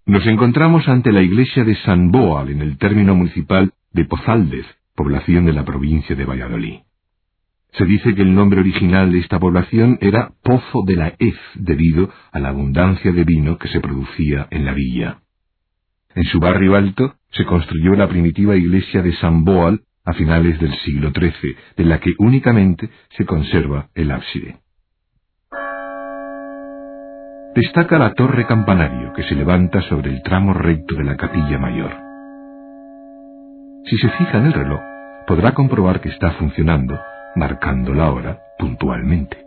Nos encontramos ante la iglesia de San Boal, en el término municipal de Pozaldez, población de la provincia de Valladolid. Se dice que el nombre original de esta población era Pozo de la Hez, debido a la abundancia de vino que se producía en la villa. En su barrio alto se construyó la primitiva iglesia de San Boal a finales del siglo XIII, de la que únicamente se conserva el ábside. Destaca la torre campanario que se levanta sobre el tramo recto de la capilla mayor. Si se fija en el reloj, podrá comprobar que está funcionando, marcando la hora puntualmente.